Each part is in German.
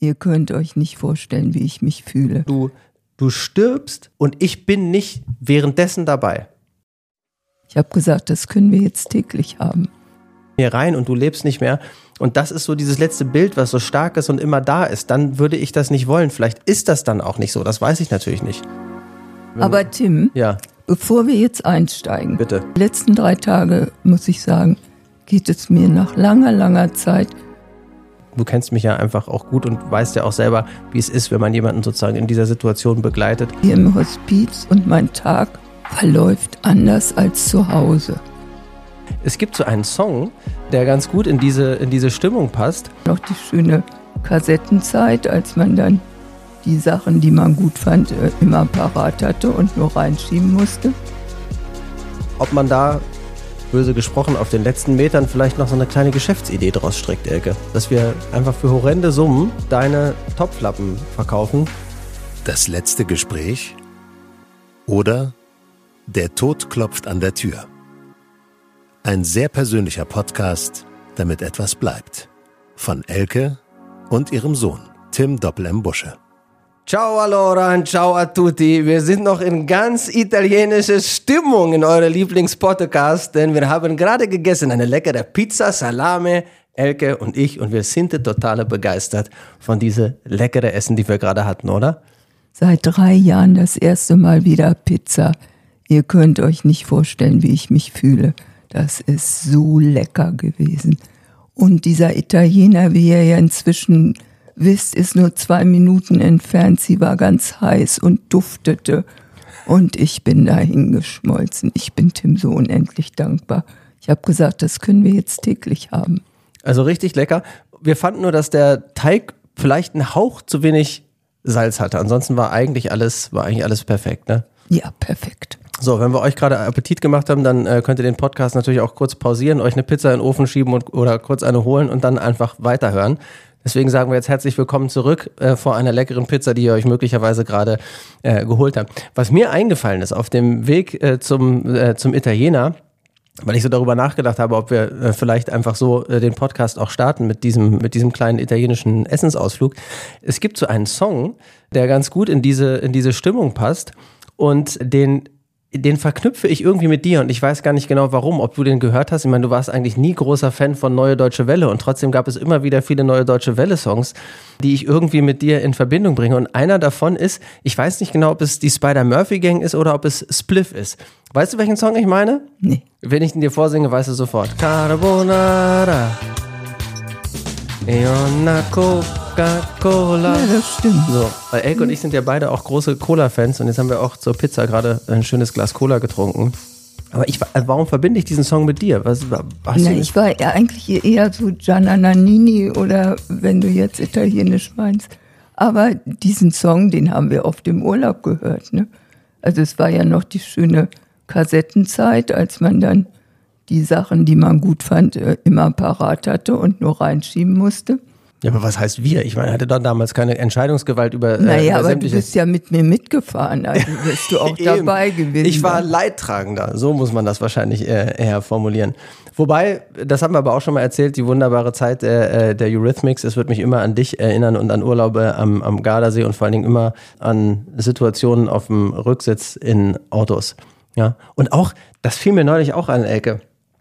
Ihr könnt euch nicht vorstellen, wie ich mich fühle. Du stirbst und ich bin nicht währenddessen dabei. Ich habe gesagt, das können wir jetzt täglich haben. Hier rein und du lebst nicht mehr. Und das ist so dieses letzte Bild, was so stark ist und immer da ist. Dann würde ich das nicht wollen. Vielleicht ist das dann auch nicht so. Das weiß ich natürlich nicht. Aber Tim, ja. Bevor wir jetzt einsteigen, Bitte. Die letzten 3 Tage, muss ich sagen, geht es mir nach langer, langer Zeit. Du kennst mich ja einfach auch gut und weißt ja auch selber, wie es ist, wenn man jemanden sozusagen in dieser Situation begleitet. Hier im Hospiz und mein Tag verläuft anders als zu Hause. Es gibt so einen Song, der ganz gut in diese Stimmung passt. Noch die schöne Kassettenzeit, als man dann die Sachen, die man gut fand, immer parat hatte und nur reinschieben musste. Ob man da, böse gesprochen, auf den letzten Metern vielleicht noch so eine kleine Geschäftsidee draus strickt, Elke. Dass wir einfach für horrende Summen deine Topflappen verkaufen. Das letzte Gespräch oder der Tod klopft an der Tür. Ein sehr persönlicher Podcast, damit etwas bleibt. Von Elke und ihrem Sohn, Tim Doppel-M. Busche. Ciao allora und ciao a tutti. Wir sind noch in ganz italienischer Stimmung in eurem Lieblingspodcast, denn wir haben gerade gegessen eine leckere Pizza, Salame, Elke und ich, und wir sind total begeistert von diesem leckeren Essen, die wir gerade hatten, oder? Seit 3 Jahren das erste Mal wieder Pizza. Ihr könnt euch nicht vorstellen, wie ich mich fühle. Das ist so lecker gewesen. Und dieser Italiener, wie ihr ja inzwischen wisst, ist nur 2 Minuten entfernt. Sie war ganz heiß und duftete. Und ich bin dahin geschmolzen. Ich bin Tim so unendlich dankbar. Ich habe gesagt, das können wir jetzt täglich haben. Also richtig lecker. Wir fanden nur, dass der Teig vielleicht einen Hauch zu wenig Salz hatte. Ansonsten war eigentlich alles perfekt, ne? Ja, perfekt. So, wenn wir euch gerade Appetit gemacht haben, dann könnt ihr den Podcast natürlich auch kurz pausieren, euch eine Pizza in den Ofen schieben oder kurz eine holen und dann einfach weiterhören. Deswegen sagen wir jetzt herzlich willkommen zurück vor einer leckeren Pizza, die ihr euch möglicherweise gerade geholt habt. Was mir eingefallen ist auf dem Weg zum Italiener, weil ich so darüber nachgedacht habe, ob wir vielleicht einfach so den Podcast auch starten mit diesem kleinen italienischen Essensausflug. Es gibt so einen Song, der ganz gut in diese Stimmung passt und den verknüpfe ich irgendwie mit dir und ich weiß gar nicht genau warum, ob du den gehört hast. Ich meine, du warst eigentlich nie großer Fan von Neue Deutsche Welle und trotzdem gab es immer wieder viele Neue Deutsche Welle-Songs, die ich irgendwie mit dir in Verbindung bringe. Und einer davon ist, ich weiß nicht genau, ob es die Spider-Murphy-Gang ist oder ob es Spliff ist. Weißt du, welchen Song ich meine? Nee. Wenn ich ihn dir vorsinge, weißt du sofort. Carbonara e una Coca-Cola. Ja, das stimmt. So, weil Elke und ich sind ja beide auch große Cola-Fans und jetzt haben wir auch zur Pizza gerade ein schönes Glas Cola getrunken. Aber warum verbinde ich diesen Song mit dir? Ich war ja eigentlich eher so Gianna Nannini oder wenn du jetzt Italienisch meinst. Aber diesen Song, den haben wir oft im Urlaub gehört, ne? Also es war ja noch die schöne Kassettenzeit, als man dann die Sachen, die man gut fand, immer parat hatte und nur reinschieben musste. Ja, aber was heißt wir? Ich meine, er hatte doch damals keine Entscheidungsgewalt über Naja, über aber du bist ja mit mir mitgefahren, also wirst du auch dabei gewesen. Ich war Leidtragender, so muss man das wahrscheinlich eher formulieren. Wobei, das haben wir aber auch schon mal erzählt, die wunderbare Zeit der Eurythmics, es wird mich immer an dich erinnern und an Urlaube am Gardasee und vor allen Dingen immer an Situationen auf dem Rücksitz in Autos. Ja, und auch, das fiel mir neulich auch an, Elke.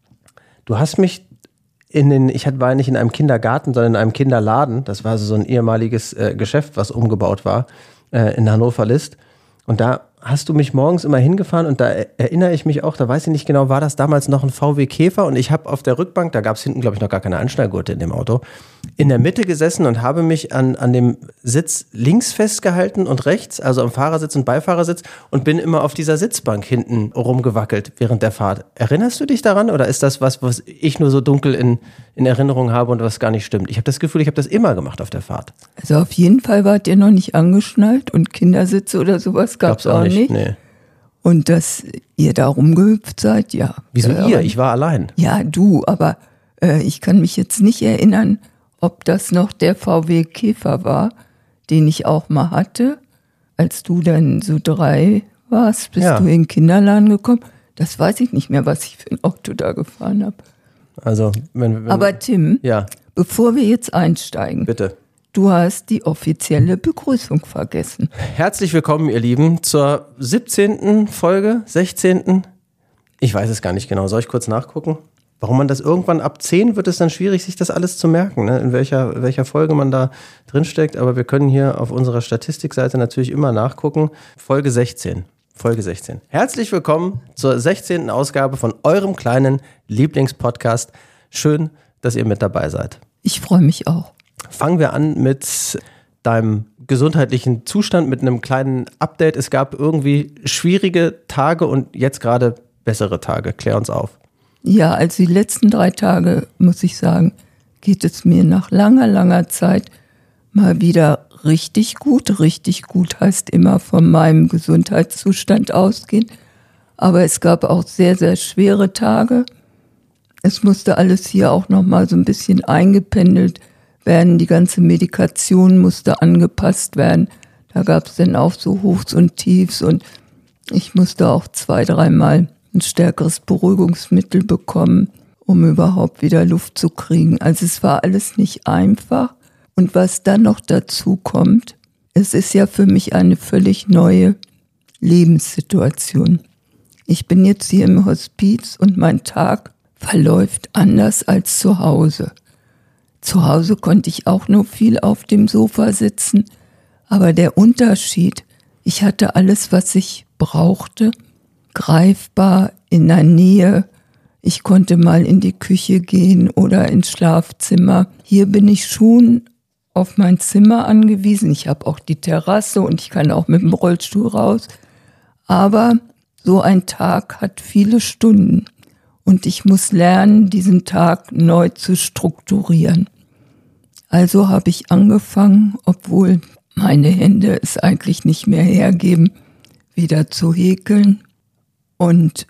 Du hast mich ich war nicht in einem Kindergarten, sondern in einem Kinderladen. Das war so ein ehemaliges Geschäft, was umgebaut war in Hannover-List. Und da hast du mich morgens immer hingefahren und da erinnere ich mich auch, da weiß ich nicht genau, war das damals noch ein VW Käfer und ich habe auf der Rückbank, da gab es hinten glaube ich noch gar keine Anschnallgurte in dem Auto, in der Mitte gesessen und habe mich an dem Sitz links festgehalten und rechts, also am Fahrersitz und Beifahrersitz und bin immer auf dieser Sitzbank hinten rumgewackelt während der Fahrt. Erinnerst du dich daran oder ist das was ich nur so dunkel in Erinnerung habe und was gar nicht stimmt? Ich habe das Gefühl, ich habe das immer gemacht auf der Fahrt. Also auf jeden Fall wart ihr noch nicht angeschnallt und Kindersitze oder sowas gab es auch nicht. Nee. Und dass ihr da rumgehüpft seid, ja. Wieso ihr? Ich war allein. Ja, du, aber ich kann mich jetzt nicht erinnern, ob das noch der VW Käfer war, den ich auch mal hatte, als du dann so 3 warst, bist du in den Kinderladen gekommen. Das weiß ich nicht mehr, was ich für ein Auto da gefahren habe. Also, aber Tim, ja. Bevor wir jetzt einsteigen, bitte. du hast die offizielle Begrüßung vergessen. Herzlich willkommen, ihr Lieben, zur 17. Folge, 16. Ich weiß es gar nicht genau. Soll ich kurz nachgucken? Warum man das irgendwann ab 10 wird es dann schwierig, sich das alles zu merken, ne? In welcher Folge man da drinsteckt. Aber wir können hier auf unserer Statistikseite natürlich immer nachgucken. Folge 16. Herzlich willkommen zur 16. Ausgabe von eurem kleinen Lieblingspodcast. Schön, dass ihr mit dabei seid. Ich freue mich auch. Fangen wir an mit deinem gesundheitlichen Zustand, mit einem kleinen Update. Es gab irgendwie schwierige Tage und jetzt gerade bessere Tage. Klär uns auf. Ja, also die letzten 3 Tage, muss ich sagen, geht es mir nach langer Zeit mal wieder richtig gut. Richtig gut heißt immer von meinem Gesundheitszustand ausgehen. Aber es gab auch sehr, sehr schwere Tage. Es musste alles hier auch nochmal so ein bisschen eingependelt werden. Die ganze Medikation musste angepasst werden. Da gab es dann auch so Hochs und Tiefs und ich musste auch 2-3 Mal ein stärkeres Beruhigungsmittel bekommen, um überhaupt wieder Luft zu kriegen. Also es war alles nicht einfach. Und was dann noch dazu kommt, es ist ja für mich eine völlig neue Lebenssituation. Ich bin jetzt hier im Hospiz und mein Tag verläuft anders als zu Hause. Zu Hause konnte ich auch nur viel auf dem Sofa sitzen, aber der Unterschied, ich hatte alles, was ich brauchte, greifbar in der Nähe. Ich konnte mal in die Küche gehen oder ins Schlafzimmer. Hier bin ich schon auf mein Zimmer angewiesen. Ich habe auch die Terrasse und ich kann auch mit dem Rollstuhl raus. Aber so ein Tag hat viele Stunden und ich muss lernen, diesen Tag neu zu strukturieren. Also habe ich angefangen, obwohl meine Hände es eigentlich nicht mehr hergeben, wieder zu häkeln. Und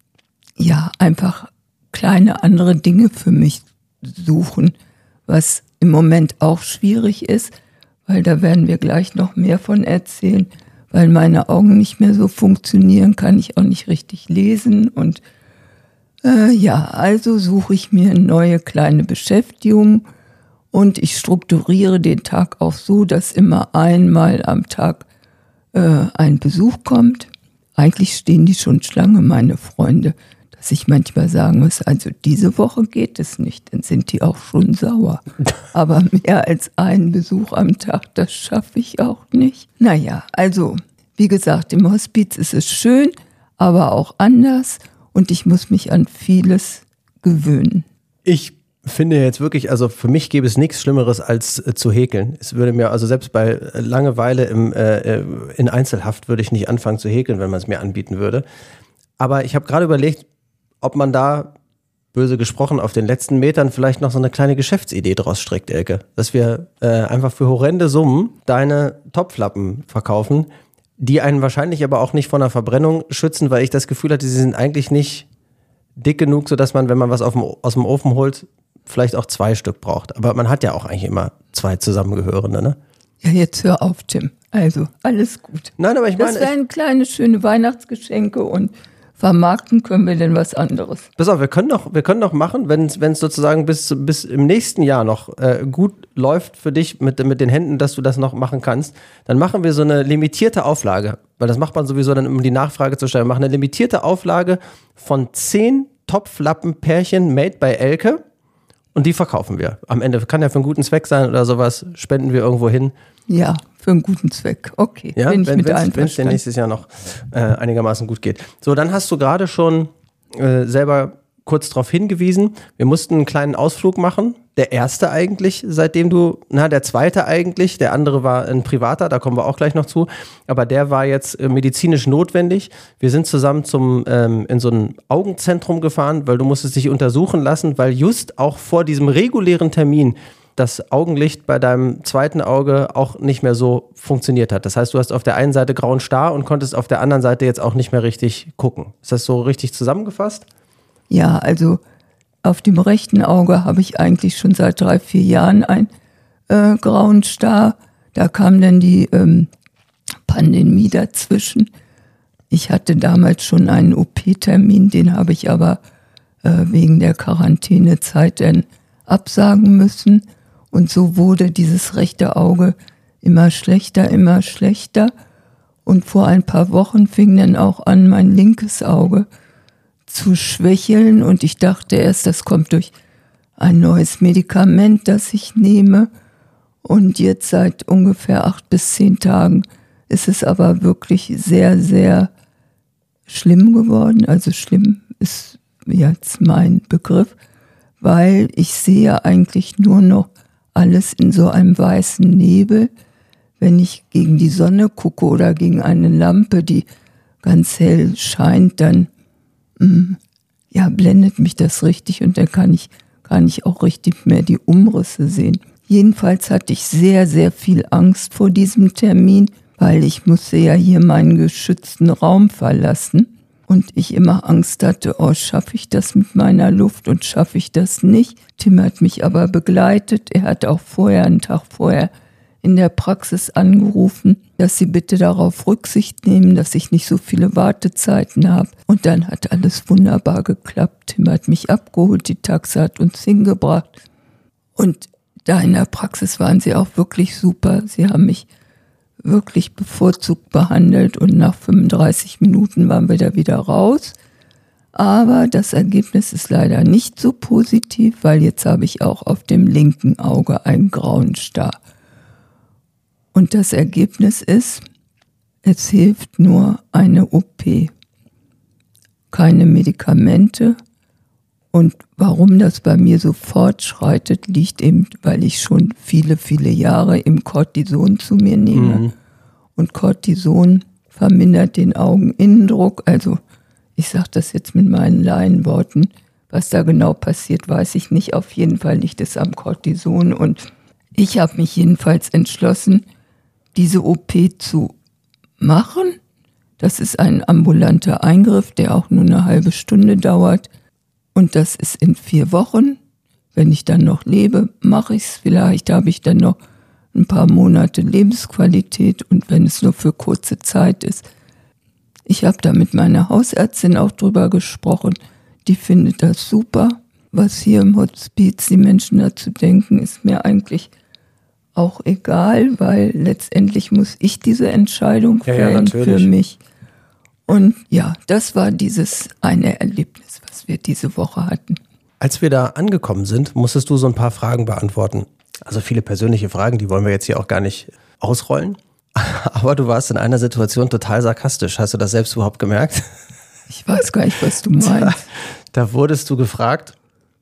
ja, einfach kleine andere Dinge für mich suchen, was im Moment auch schwierig ist, weil da werden wir gleich noch mehr von erzählen, weil meine Augen nicht mehr so funktionieren, kann ich auch nicht richtig lesen und also suche ich mir neue kleine Beschäftigungen und ich strukturiere den Tag auch so, dass immer einmal am Tag ein Besuch kommt. Eigentlich stehen die schon Schlange, meine Freunde, dass ich manchmal sagen muss, also diese Woche geht es nicht, dann sind die auch schon sauer. Aber mehr als einen Besuch am Tag, das schaffe ich auch nicht. Naja, also wie gesagt, im Hospiz ist es schön, aber auch anders und ich muss mich an vieles gewöhnen. Ich finde jetzt wirklich, also für mich gäbe es nichts Schlimmeres als zu häkeln. Es würde mir, also selbst bei Langeweile in Einzelhaft würde ich nicht anfangen zu häkeln, wenn man es mir anbieten würde. Aber ich habe gerade überlegt, ob man da, böse gesprochen, auf den letzten Metern vielleicht noch so eine kleine Geschäftsidee draus strickt, Elke. Dass wir einfach für horrende Summen deine Topflappen verkaufen, die einen wahrscheinlich aber auch nicht vor einer Verbrennung schützen, weil ich das Gefühl hatte, sie sind eigentlich nicht dick genug, sodass man, wenn man was aus dem Ofen holt, vielleicht auch 2 Stück braucht. Aber man hat ja auch eigentlich immer 2 zusammengehörende, ne? Ja, jetzt hör auf, Tim. Also, alles gut. Nein, aber ich meine... Das wären kleine, schöne Weihnachtsgeschenke und vermarkten können wir denn was anderes. Pass auf, wir können doch machen, wenn es sozusagen bis im nächsten Jahr noch gut läuft für dich mit den Händen, dass du das noch machen kannst, dann machen wir so eine limitierte Auflage, weil das macht man sowieso dann, um die Nachfrage zu stellen. Wir machen eine limitierte Auflage von 10 Topflappen-Pärchen made by Elke und die verkaufen wir. Am Ende kann ja für einen guten Zweck sein oder sowas, spenden wir irgendwo hin. Ja, für einen guten Zweck. Okay, ja, bin ich mit einverstanden. Wenn es dir nächstes Jahr noch einigermaßen gut geht. So, dann hast du gerade schon selber kurz darauf hingewiesen, wir mussten einen kleinen Ausflug machen. Der erste eigentlich, der zweite eigentlich, der andere war ein privater, da kommen wir auch gleich noch zu, aber der war jetzt medizinisch notwendig. Wir sind zusammen in so ein Augenzentrum gefahren, weil du musstest dich untersuchen lassen, weil just auch vor diesem regulären Termin das Augenlicht bei deinem zweiten Auge auch nicht mehr so funktioniert hat. Das heißt, du hast auf der einen Seite grauen Star und konntest auf der anderen Seite jetzt auch nicht mehr richtig gucken. Ist das so richtig zusammengefasst? Ja, also auf dem rechten Auge habe ich eigentlich schon seit 3-4 Jahren einen grauen Star. Da kam dann die Pandemie dazwischen. Ich hatte damals schon einen OP-Termin, den habe ich aber wegen der Quarantänezeit dann absagen müssen. Und so wurde dieses rechte Auge immer schlechter. Und vor ein paar Wochen fing dann auch an, mein linkes Auge zu schwächeln. Und ich dachte erst, das kommt durch ein neues Medikament, das ich nehme. Und jetzt seit ungefähr 8 bis 10 Tagen ist es aber wirklich sehr, sehr schlimm geworden. Also schlimm ist jetzt mein Begriff, weil ich sehe eigentlich nur noch alles in so einem weißen Nebel. Wenn ich gegen die Sonne gucke oder gegen eine Lampe, die ganz hell scheint, dann blendet mich das richtig und dann kann ich gar nicht auch richtig mehr die Umrisse sehen. Jedenfalls hatte ich sehr, sehr viel Angst vor diesem Termin, weil ich musste ja hier meinen geschützten Raum verlassen und ich immer Angst hatte, schaffe ich das mit meiner Luft und schaffe ich das nicht. Tim hat mich aber begleitet. Er hat auch einen Tag vorher in der Praxis angerufen, dass sie bitte darauf Rücksicht nehmen, dass ich nicht so viele Wartezeiten habe. Und dann hat alles wunderbar geklappt. Tim hat mich abgeholt, die Taxe hat uns hingebracht. Und da in der Praxis waren sie auch wirklich super. Sie haben mich wirklich bevorzugt behandelt und nach 35 Minuten waren wir da wieder raus. Aber das Ergebnis ist leider nicht so positiv, weil jetzt habe ich auch auf dem linken Auge einen grauen Star. Und das Ergebnis ist, es hilft nur eine OP, keine Medikamente. Und warum das bei mir so fortschreitet, liegt eben, weil ich schon viele, viele Jahre im Cortison zu mir nehme. Und Cortison vermindert den Augeninnendruck. Also ich sage das jetzt mit meinen Laienworten. Was da genau passiert, weiß ich nicht. Auf jeden Fall liegt es am Cortison. Und ich habe mich jedenfalls entschlossen, diese OP zu machen. Das ist ein ambulanter Eingriff, der auch nur eine halbe Stunde dauert. Und das ist in 4 Wochen. Wenn ich dann noch lebe, mache ich es. Vielleicht habe ich dann noch ein paar Monate Lebensqualität und wenn es nur für kurze Zeit ist. Ich habe da mit meiner Hausärztin auch drüber gesprochen. Die findet das super. Was hier im Hospiz die Menschen dazu denken, ist mir eigentlich auch egal, weil letztendlich muss ich diese Entscheidung fällen für mich. Und ja, das war dieses eine Erlebnis, was wir diese Woche hatten. Als wir da angekommen sind, musstest du so ein paar Fragen beantworten. Also viele persönliche Fragen, die wollen wir jetzt hier auch gar nicht ausrollen. Aber du warst in einer Situation total sarkastisch. Hast du das selbst überhaupt gemerkt? Ich weiß gar nicht, was du meinst. Da wurdest du gefragt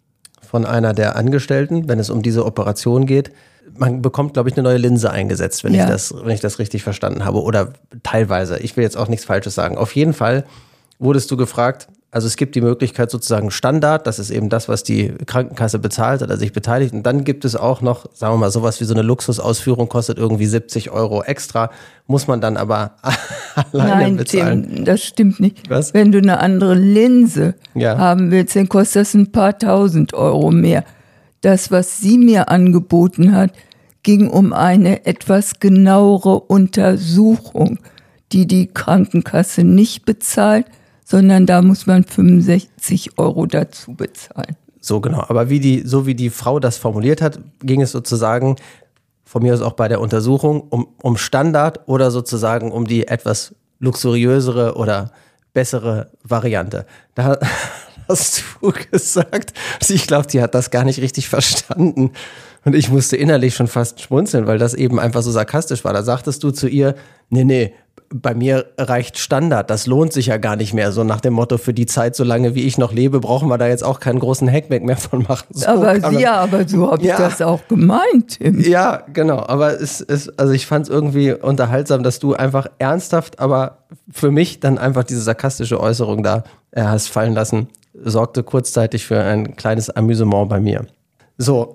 von einer der Angestellten, wenn es um diese Operation geht. Man bekommt, glaube ich, eine neue Linse eingesetzt, wenn ich das richtig verstanden habe. Oder teilweise. Ich will jetzt auch nichts Falsches sagen. Auf jeden Fall wurdest du gefragt, also es gibt die Möglichkeit sozusagen Standard, das ist eben das, was die Krankenkasse bezahlt oder sich beteiligt. Und dann gibt es auch noch, sagen wir mal, sowas wie so eine Luxusausführung, kostet irgendwie 70 € extra, muss man dann aber alleine bezahlen. Nein, Tim, das stimmt nicht. Was? Wenn du eine andere Linse haben willst, dann kostet das ein paar tausend Euro mehr. Das, was sie mir angeboten hat, ging um eine etwas genauere Untersuchung, die die Krankenkasse nicht bezahlt, sondern da muss man 65 € dazu bezahlen. So genau, aber wie die Frau das formuliert hat, ging es sozusagen, von mir aus auch bei der Untersuchung, um Standard oder sozusagen um die etwas luxuriösere oder bessere Variante. Da hast du gesagt, ich glaube, die hat das gar nicht richtig verstanden. Und ich musste innerlich schon fast schmunzeln, weil das eben einfach so sarkastisch war. Da sagtest du zu ihr, nee, bei mir reicht Standard, das lohnt sich ja gar nicht mehr. So nach dem Motto, für die Zeit, solange wie ich noch lebe, brauchen wir da jetzt auch keinen großen Hackback mehr von machen. So aber so habe ich das auch gemeint, Tim. Ja, genau. Aber also ich fand es irgendwie unterhaltsam, dass du einfach ernsthaft, aber für mich dann einfach diese sarkastische Äußerung da hast fallen lassen, sorgte kurzzeitig für ein kleines Amüsement bei mir. So.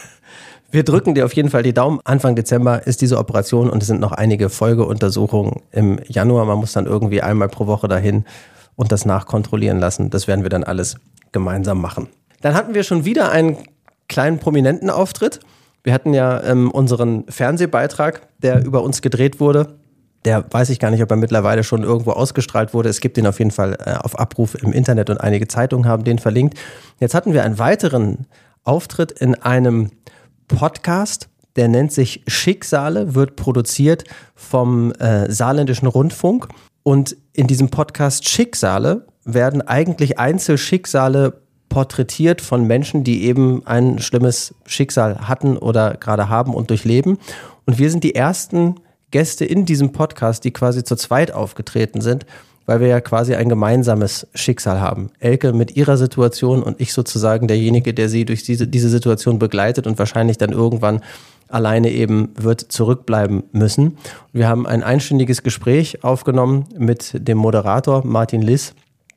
Wir drücken dir auf jeden Fall die Daumen. Anfang Dezember ist diese Operation und es sind noch einige Folgeuntersuchungen im Januar. Man muss dann irgendwie einmal pro Woche dahin und das nachkontrollieren lassen. Das werden wir dann alles gemeinsam machen. Dann hatten wir schon wieder einen kleinen prominenten Auftritt. Wir hatten ja unseren Fernsehbeitrag, der über uns gedreht wurde. Der weiß ich gar nicht, ob er mittlerweile schon irgendwo ausgestrahlt wurde. Es gibt den auf jeden Fall auf Abruf im Internet und einige Zeitungen haben den verlinkt. Jetzt hatten wir einen weiteren Auftritt in einem Podcast, der nennt sich Schicksale, wird produziert vom Saarländischen Rundfunk. Und in diesem Podcast Schicksale werden eigentlich Einzelschicksale porträtiert von Menschen, die eben ein schlimmes Schicksal hatten oder gerade haben und durchleben. Und wir sind die ersten Gäste in diesem Podcast, die quasi zu zweit aufgetreten sind, weil wir ja quasi ein gemeinsames Schicksal haben. Elke mit ihrer Situation und ich sozusagen derjenige, der sie durch diese Situation begleitet und wahrscheinlich dann irgendwann alleine eben wird zurückbleiben müssen. Wir haben ein einstündiges Gespräch aufgenommen mit dem Moderator Martin Liss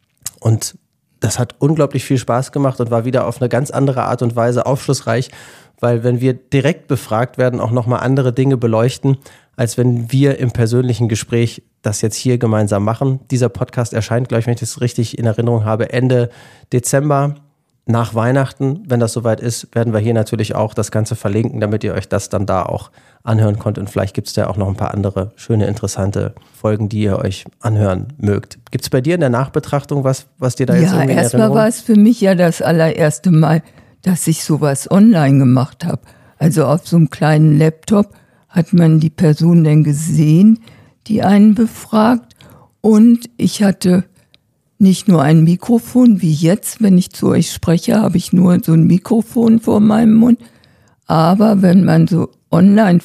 und das hat unglaublich viel Spaß gemacht und war wieder auf eine ganz andere Art und Weise aufschlussreich, weil wenn wir direkt befragt werden, auch nochmal andere Dinge beleuchten, als wenn wir im persönlichen Gespräch das jetzt hier gemeinsam machen. Dieser Podcast erscheint, glaube ich, wenn ich das richtig in Erinnerung habe, Ende Dezember. Nach Weihnachten, wenn das soweit ist, werden wir hier natürlich auch das Ganze verlinken, damit ihr euch das dann da auch anhören könnt. Und vielleicht gibt es da auch noch ein paar andere schöne, interessante Folgen, die ihr euch anhören mögt. Gibt es bei dir in der Nachbetrachtung was dir da jetzt irgendwie in Erinnerung? Ja, erstmal war es für mich ja das allererste Mal, dass ich sowas online gemacht habe. Also auf so einem kleinen Laptop hat man die Person denn gesehen, die einen befragt. Und ich hatte nicht nur ein Mikrofon, wie jetzt, wenn ich zu euch spreche, habe ich nur so ein Mikrofon vor meinem Mund. Aber wenn man so online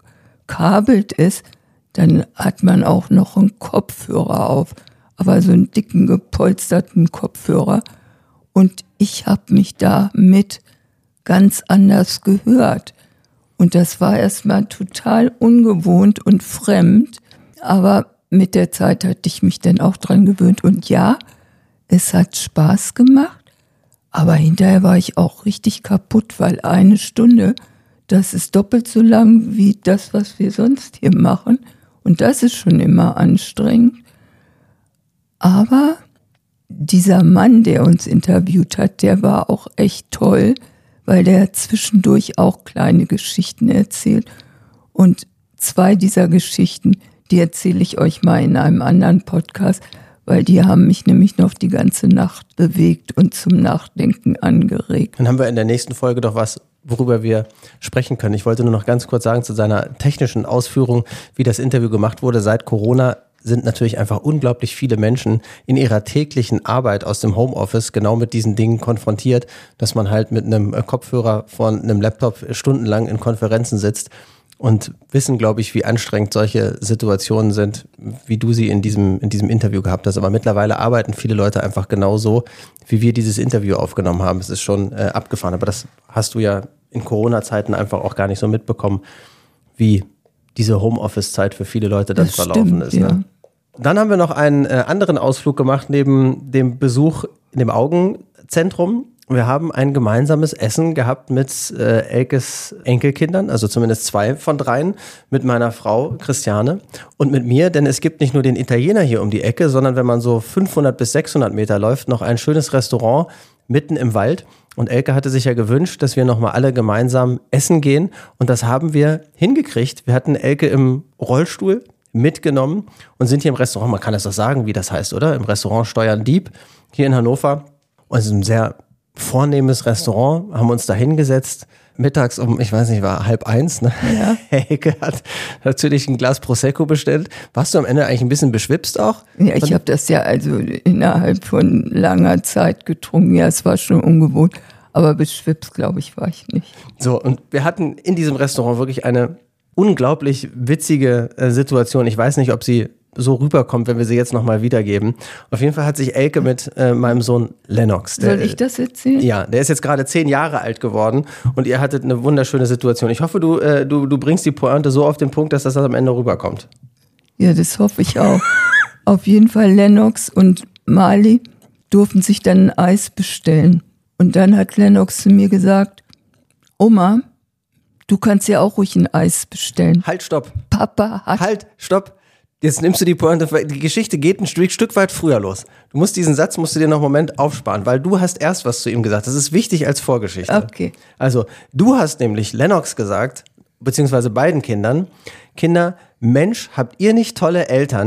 verkabelt ist, dann hat man auch noch einen Kopfhörer auf. Aber so einen dicken, gepolsterten Kopfhörer. Und ich habe mich damit ganz anders gehört. Und das war erstmal total ungewohnt und fremd. Aber mit der Zeit hatte ich mich dann auch dran gewöhnt. Und ja, es hat Spaß gemacht, aber hinterher war ich auch richtig kaputt, weil 1 Stunde, das ist doppelt so lang wie das, was wir sonst hier machen. Und das ist schon immer anstrengend. Aber dieser Mann, der uns interviewt hat, der war auch echt toll, weil der zwischendurch auch kleine Geschichten erzählt. Und 2 dieser Geschichten, die erzähle ich euch mal in einem anderen Podcast, weil die haben mich nämlich noch die ganze Nacht bewegt und zum Nachdenken angeregt. Dann haben wir in der nächsten Folge doch was, worüber wir sprechen können. Ich wollte nur noch ganz kurz sagen zu seiner technischen Ausführung, wie das Interview gemacht wurde. Seit Corona sind natürlich einfach unglaublich viele Menschen in ihrer täglichen Arbeit aus dem Homeoffice genau mit diesen Dingen konfrontiert, dass man halt mit einem Kopfhörer von einem Laptop stundenlang in Konferenzen sitzt. Und wissen, glaube ich, wie anstrengend solche Situationen sind, wie du sie in diesem Interview gehabt hast. Aber mittlerweile arbeiten viele Leute einfach genauso, wie wir dieses Interview aufgenommen haben. Es ist schon abgefahren. Aber das hast du ja in Corona-Zeiten einfach auch gar nicht so mitbekommen, wie diese Homeoffice-Zeit für viele Leute das verlaufen ist. Ja. Ne? Dann haben wir noch einen anderen Ausflug gemacht, neben dem Besuch in dem Augenzentrum. Wir haben ein gemeinsames Essen gehabt mit Elkes Enkelkindern, also zumindest 2 von 3, mit meiner Frau Christiane und mit mir, denn es gibt nicht nur den Italiener hier um die Ecke, sondern wenn man so 500 bis 600 Meter läuft, noch ein schönes Restaurant mitten im Wald. Und Elke hatte sich ja gewünscht, dass wir nochmal alle gemeinsam essen gehen und das haben wir hingekriegt. Wir hatten Elke im Rollstuhl mitgenommen und sind hier im Restaurant, man kann es doch sagen, wie das heißt, oder? Im Restaurant Steuern Dieb hier in Hannover. Und es ist ein sehr vornehmes Restaurant, haben uns da hingesetzt, mittags um, ich weiß nicht, war 12:30, ne? Ja. Elke hat natürlich ein Glas Prosecco bestellt. Warst du am Ende eigentlich ein bisschen beschwipst auch? Ja, ich habe das ja also innerhalb von langer Zeit getrunken. Ja, es war schon ungewohnt, aber beschwipst, glaube ich, war ich nicht. So, und wir hatten in diesem Restaurant wirklich eine unglaublich witzige Situation. Ich weiß nicht, ob sie so rüberkommt, wenn wir sie jetzt nochmal wiedergeben. Auf jeden Fall hat sich Elke mit meinem Sohn Lennox. Soll ich das erzählen? Ja, der ist jetzt gerade 10 Jahre alt geworden und ihr hattet eine wunderschöne Situation. Ich hoffe, du bringst die Pointe so auf den Punkt, dass das am Ende rüberkommt. Ja, das hoffe ich auch. Auf jeden Fall Lennox und Marley durften sich dann ein Eis bestellen. Und dann hat Lennox zu mir gesagt, Oma, du kannst ja auch ruhig ein Eis bestellen. Halt, stopp. Papa hat... Halt, stopp. Jetzt nimmst du die Pointe, die Geschichte geht ein Stück weit früher los. Diesen Satz musst du dir noch einen Moment aufsparen, weil du hast erst was zu ihm gesagt. Das ist wichtig als Vorgeschichte. Okay. Also, du hast nämlich Lennox gesagt, beziehungsweise beiden Kindern, Kinder, Mensch, habt ihr nicht tolle Eltern,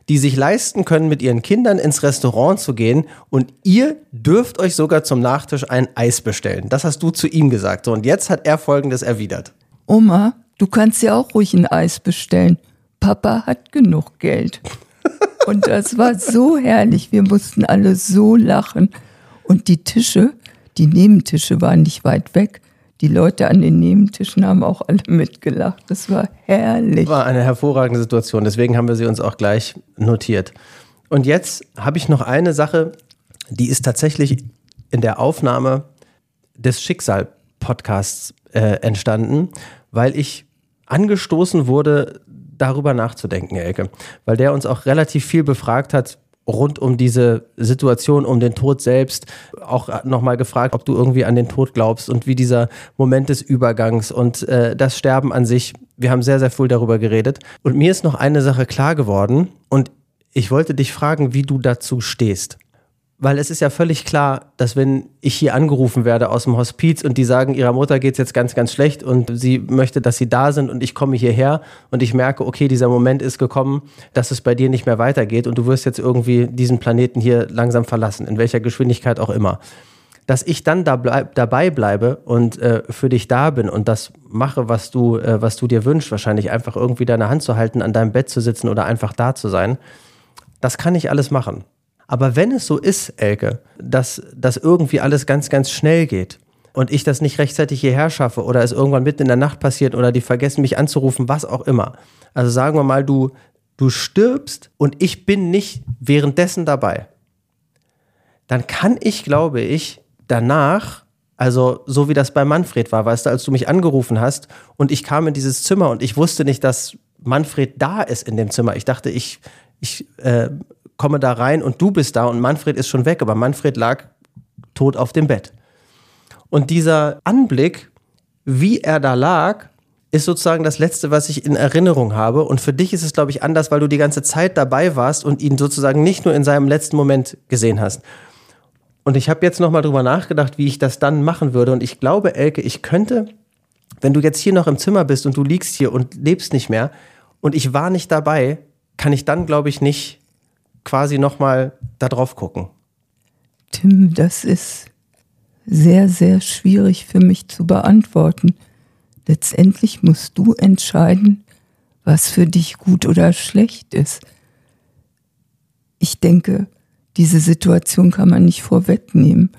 die sich leisten können, mit ihren Kindern ins Restaurant zu gehen und ihr dürft euch sogar zum Nachtisch ein Eis bestellen. Das hast du zu ihm gesagt. So, und jetzt hat er Folgendes erwidert. Oma, du kannst ja auch ruhig ein Eis bestellen. Papa hat genug Geld. Und das war so herrlich. Wir mussten alle so lachen. Und die Tische, die Nebentische waren nicht weit weg. Die Leute an den Nebentischen haben auch alle mitgelacht. Das war herrlich. War eine hervorragende Situation. Deswegen haben wir sie uns auch gleich notiert. Und jetzt habe ich noch eine Sache, die ist tatsächlich in der Aufnahme des Schicksal-Podcasts entstanden, weil ich angestoßen wurde, darüber nachzudenken, Elke. Weil der uns auch relativ viel befragt hat rund um diese Situation, um den Tod selbst. Auch nochmal gefragt, ob du irgendwie an den Tod glaubst und wie dieser Moment des Übergangs und das Sterben an sich. Wir haben sehr, sehr viel darüber geredet. Und mir ist noch eine Sache klar geworden und ich wollte dich fragen, wie du dazu stehst. Weil es ist ja völlig klar, dass wenn ich hier angerufen werde aus dem Hospiz und die sagen, ihrer Mutter geht's jetzt ganz, ganz schlecht und sie möchte, dass sie da sind und ich komme hierher und ich merke, okay, dieser Moment ist gekommen, dass es bei dir nicht mehr weitergeht und du wirst jetzt irgendwie diesen Planeten hier langsam verlassen, in welcher Geschwindigkeit auch immer. Dass ich dann dabei bleibe und für dich da bin und das mache, was du dir wünschst, wahrscheinlich einfach irgendwie deine Hand zu halten, an deinem Bett zu sitzen oder einfach da zu sein, das kann ich alles machen. Aber wenn es so ist, Elke, dass das irgendwie alles ganz, ganz schnell geht und ich das nicht rechtzeitig hierher schaffe oder es irgendwann mitten in der Nacht passiert oder die vergessen, mich anzurufen, was auch immer. Also sagen wir mal, du stirbst und ich bin nicht währenddessen dabei. Dann kann ich, glaube ich, danach, also so wie das bei Manfred war, weißt du, als du mich angerufen hast und ich kam in dieses Zimmer und ich wusste nicht, dass Manfred da ist in dem Zimmer. Ich dachte, ich komme da rein und du bist da und Manfred ist schon weg, aber Manfred lag tot auf dem Bett. Und dieser Anblick, wie er da lag, ist sozusagen das Letzte, was ich in Erinnerung habe. Und für dich ist es, glaube ich, anders, weil du die ganze Zeit dabei warst und ihn sozusagen nicht nur in seinem letzten Moment gesehen hast. Und ich habe jetzt nochmal drüber nachgedacht, wie ich das dann machen würde. Und ich glaube, Elke, ich könnte, wenn du jetzt hier noch im Zimmer bist und du liegst hier und lebst nicht mehr und ich war nicht dabei, kann ich dann, glaube ich, nicht quasi nochmal da drauf gucken. Tim, das ist sehr, sehr schwierig für mich zu beantworten. Letztendlich musst du entscheiden, was für dich gut oder schlecht ist. Ich denke, diese Situation kann man nicht vorwegnehmen.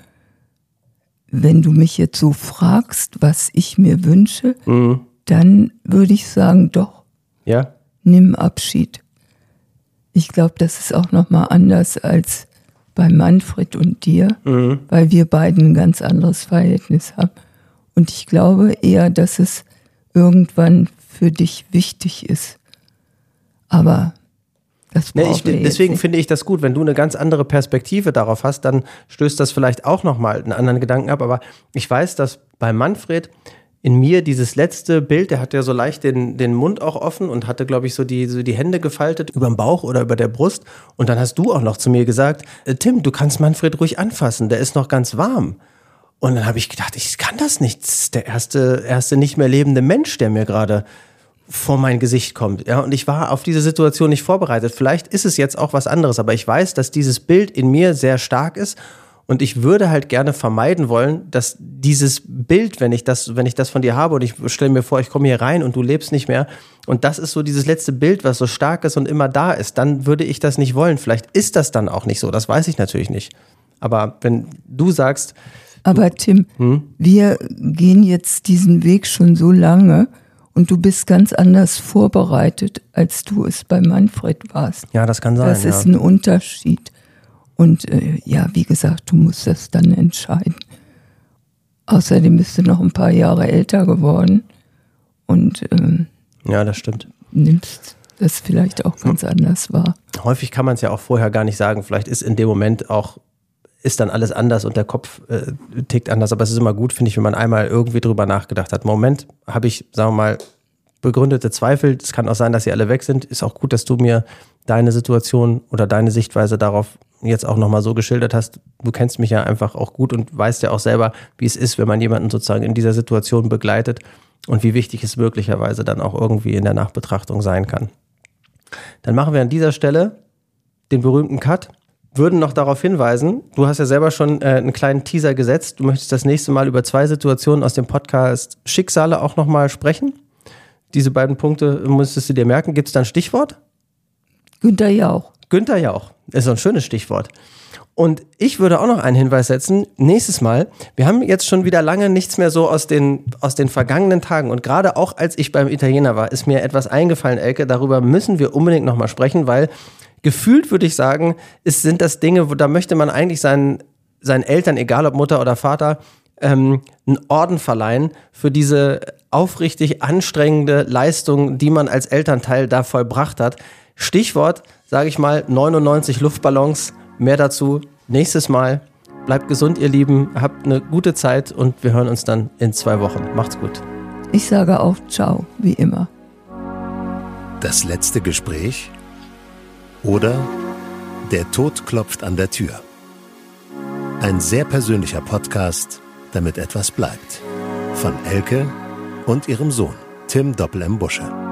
Wenn du mich jetzt so fragst, was ich mir wünsche, dann würde ich sagen, doch, ja? Nimm Abschied. Ich glaube, das ist auch nochmal anders als bei Manfred und dir, weil wir beiden ein ganz anderes Verhältnis haben. Und ich glaube eher, dass es irgendwann für dich wichtig ist. Aber das brauchen wir deswegen jetzt finde ich das gut, wenn du eine ganz andere Perspektive darauf hast, dann stößt das vielleicht auch nochmal einen anderen Gedanken ab. Aber ich weiß, dass bei Manfred in mir dieses letzte Bild, der hat ja so leicht den Mund auch offen und hatte, glaube ich, so die Hände gefaltet über dem Bauch oder über der Brust. Und dann hast du auch noch zu mir gesagt, Tim, du kannst Manfred ruhig anfassen, der ist noch ganz warm. Und dann habe ich gedacht, ich kann das nicht. Das ist der erste nicht mehr lebende Mensch, der mir gerade vor mein Gesicht kommt. Ja, und ich war auf diese Situation nicht vorbereitet. Vielleicht ist es jetzt auch was anderes, aber ich weiß, dass dieses Bild in mir sehr stark ist. Und ich würde halt gerne vermeiden wollen, dass dieses Bild, wenn ich das von dir habe und ich stelle mir vor, ich komme hier rein und du lebst nicht mehr und das ist so dieses letzte Bild, was so stark ist und immer da ist, dann würde ich das nicht wollen. Vielleicht ist das dann auch nicht so, das weiß ich natürlich nicht. Aber wenn du sagst... Aber Tim, wir gehen jetzt diesen Weg schon so lange und du bist ganz anders vorbereitet, als du es bei Manfred warst. Ja, das kann sein. Das ist ein Unterschied. Und wie gesagt, du musst das dann entscheiden. Außerdem bist du noch ein paar Jahre älter geworden und ja, das stimmt. Nimmst das vielleicht auch ganz anders wahr. Häufig kann man es ja auch vorher gar nicht sagen. Vielleicht ist in dem Moment ist dann alles anders und der Kopf tickt anders. Aber es ist immer gut, finde ich, wenn man einmal irgendwie drüber nachgedacht hat. Im Moment habe ich, sagen wir mal, begründete Zweifel. Es kann auch sein, dass sie alle weg sind. Ist auch gut, dass du mir deine Situation oder deine Sichtweise darauf jetzt auch nochmal so geschildert hast. Du kennst mich ja einfach auch gut und weißt ja auch selber, wie es ist, wenn man jemanden sozusagen in dieser Situation begleitet und wie wichtig es möglicherweise dann auch irgendwie in der Nachbetrachtung sein kann. Dann machen wir an dieser Stelle den berühmten Cut, würden noch darauf hinweisen, du hast ja selber schon einen kleinen Teaser gesetzt, du möchtest das nächste Mal über 2 Situationen aus dem Podcast Schicksale auch nochmal sprechen. Diese beiden Punkte musstest du dir merken. Gibt es da ein Stichwort? Günther Jauch. Günther Jauch ist so ein schönes Stichwort. Und ich würde auch noch einen Hinweis setzen, nächstes Mal, wir haben jetzt schon wieder lange nichts mehr so aus den vergangenen Tagen und gerade auch als ich beim Italiener war, ist mir etwas eingefallen, Elke, darüber müssen wir unbedingt nochmal sprechen, weil gefühlt würde ich sagen, sind das Dinge, da möchte man eigentlich seinen Eltern, egal ob Mutter oder Vater, einen Orden verleihen für diese aufrichtig anstrengende Leistung, die man als Elternteil da vollbracht hat. Stichwort, sage ich mal, 99 Luftballons. Mehr dazu nächstes Mal. Bleibt gesund, ihr Lieben. Habt eine gute Zeit und wir hören uns dann in 2 Wochen. Macht's gut. Ich sage auch Ciao, wie immer. Das letzte Gespräch oder der Tod klopft an der Tür. Ein sehr persönlicher Podcast, damit etwas bleibt. Von Elke und ihrem Sohn, Tim Doppel-M. Busche.